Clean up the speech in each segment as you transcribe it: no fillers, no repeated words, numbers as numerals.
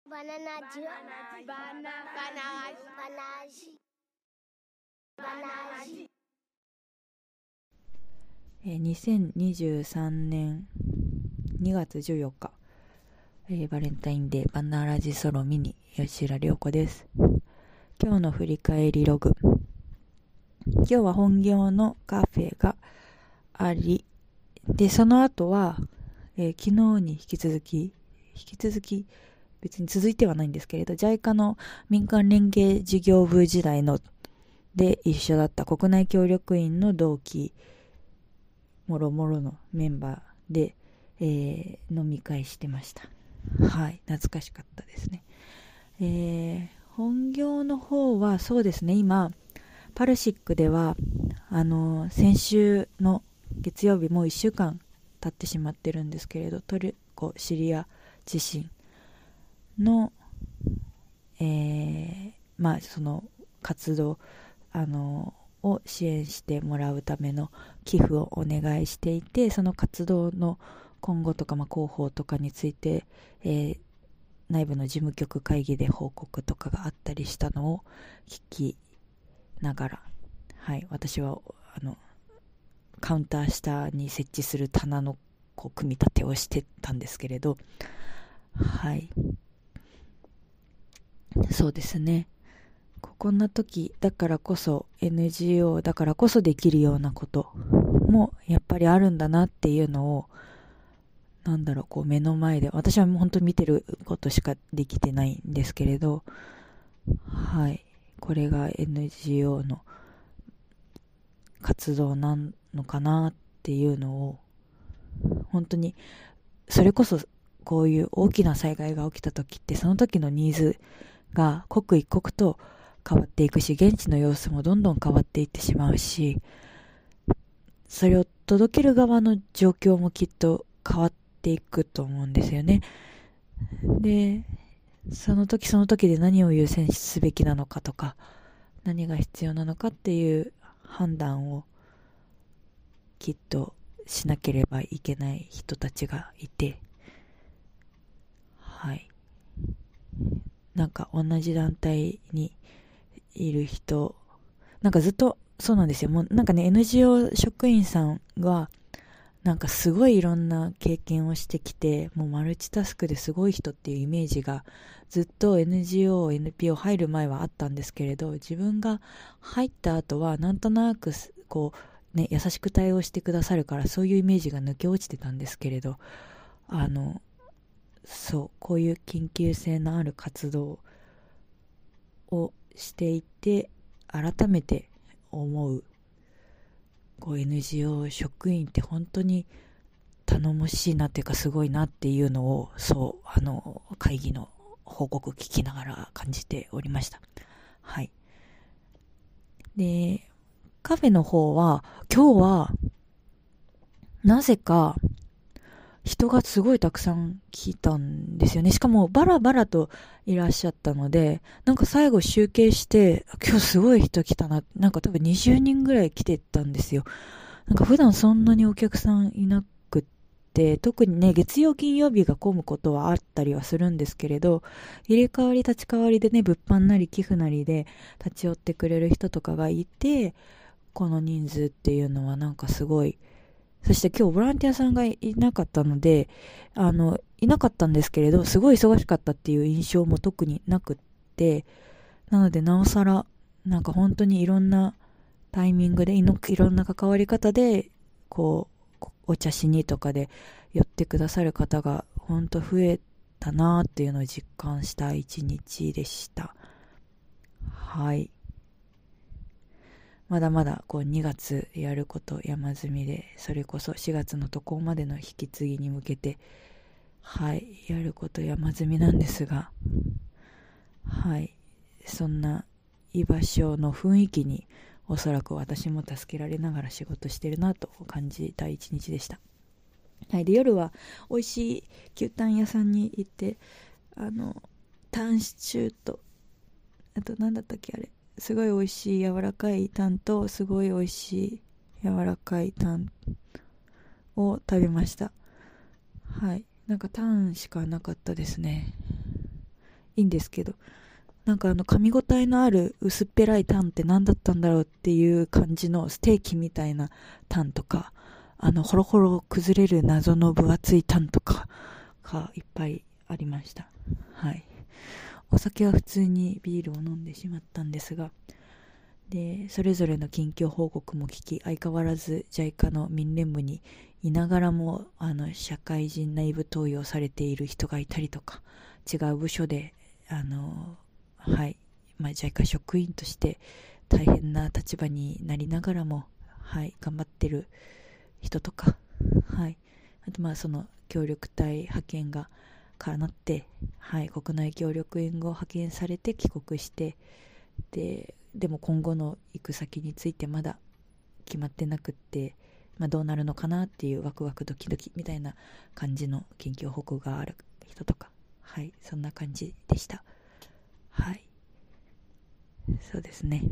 バナナジュバナナジバナジ 2023年2月14日、バレンタインデーバナラジソロミニ吉良涼子です。今日の振り返りログ。今日は本業のカフェがあり、でその後は、昨日に引き続き別に続いてはないんですけれど、 JICA の民間連携事業部時代ので一緒だった国内協力員の同期もろもろのメンバーで、飲み会してました。はい、懐かしかったですね。本業の方はそうですね、今パルシックでは先週の月曜日もう1週間経ってしまってるんですけれど、トルコシリア地震の、その活動を支援してもらうための寄付をお願いしていて、その活動の今後とか、広報とかについて、内部の事務局会議で報告とかがあったりしたのを聞きながら、はい、私はカウンター下に設置する棚の組み立てをしてたんですけれど、はい、そうですね、こんな時だからこそ NGO だからこそできるようなこともやっぱりあるんだなっていうのを、目の前で、私はもう本当に見てることしかできてないんですけれど、はい、これが NGO の活動なのかなっていうのを、本当にそれこそこういう大きな災害が起きた時ってその時のニーズが刻一刻と変わっていくし、現地の様子もどんどん変わっていってしまうし、それを届ける側の状況もきっと変わっていくと思うんですよね。で、その時その時で何を優先すべきなのかとか、何が必要なのかっていう判断をきっとしなければいけない人たちがいて、はい、同じ団体にいる人、ずっとそうなんですよ。もうNGO 職員さんはすごいいろんな経験をしてきて、もうマルチタスクですごい人っていうイメージがずっと NGO、NPO 入る前はあったんですけれど、自分が入った後はなんとなく優しく対応してくださるから、そういうイメージが抜け落ちてたんですけれど、こういう緊急性のある活動をしていて改めて思う、NGO 職員って本当に頼もしいなっていうかすごいなっていうのを、会議の報告聞きながら感じておりました。はい。で、カフェの方は今日はなぜか人がすごいたくさん来たんですよね。しかもバラバラといらっしゃったので、最後集計して、今日すごい人来たな。多分20人ぐらい来てたんですよ。普段そんなにお客さんいなくって、特にね、月曜金曜日が混むことはあったりはするんですけれど、入れ替わり立ち替わりでね、物販なり寄付なりで立ち寄ってくれる人とかがいて、この人数っていうのはすごい。そして今日ボランティアさんがいなかったので、いなかったんですけれど、すごい忙しかったっていう印象も特になくって、なのでなおさら、本当にいろんなタイミングでいろんな関わり方で、お茶しにとかで寄ってくださる方が本当増えたなっていうのを実感した一日でした。はい。まだまだ2月やること山積みで、それこそ4月の渡航までの引き継ぎに向けて、はい、やること山積みなんですが、はい、そんな居場所の雰囲気におそらく私も助けられながら仕事してるなと感じた一日でした。はい、で夜は美味しい牛タン屋さんに行って、タンシチューと、あと何だったっけあれ、すごい美味しい柔らかいタンとすごい美味しい柔らかいタンを食べました。はい、タンしかなかったですね。 いいんですけど、なんか噛み応えのある薄っぺらいタンって何だったんだろうっていう感じのステーキみたいなタンとか、ほろほろ崩れる謎の分厚いタンとかがいっぱいありました。はい。お酒は普通にビールを飲んでしまったんですが、でそれぞれの近況報告も聞き、相変わらず JICA の民連部にいながらも社会人内部登用されている人がいたりとか、違う部署ではい、JICA 職員として大変な立場になりながらも、はい、頑張ってる人とか、はい、あとその協力隊派遣がからなって、はい、国内協力援護派遣されて帰国して、でも今後の行く先についてまだ決まってなくって、どうなるのかなっていうワクワクドキドキみたいな感じの近況報告がある人とか、はい、そんな感じでした。はい、そうですね。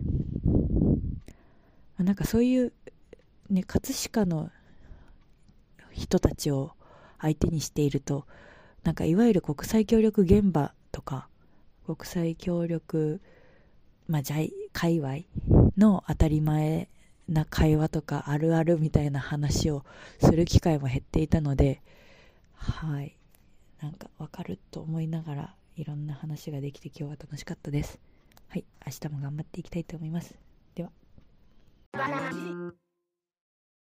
なんかそういうね、葛飾の人たちを相手にしていると、なんかいわゆる国際協力現場とか国際協力界隈の当たり前な会話とかあるあるみたいな話をする機会も減っていたので、はい、なんかわかると思いながらいろんな話ができて今日は楽しかったです。はい、明日も頑張っていきたいと思います。では。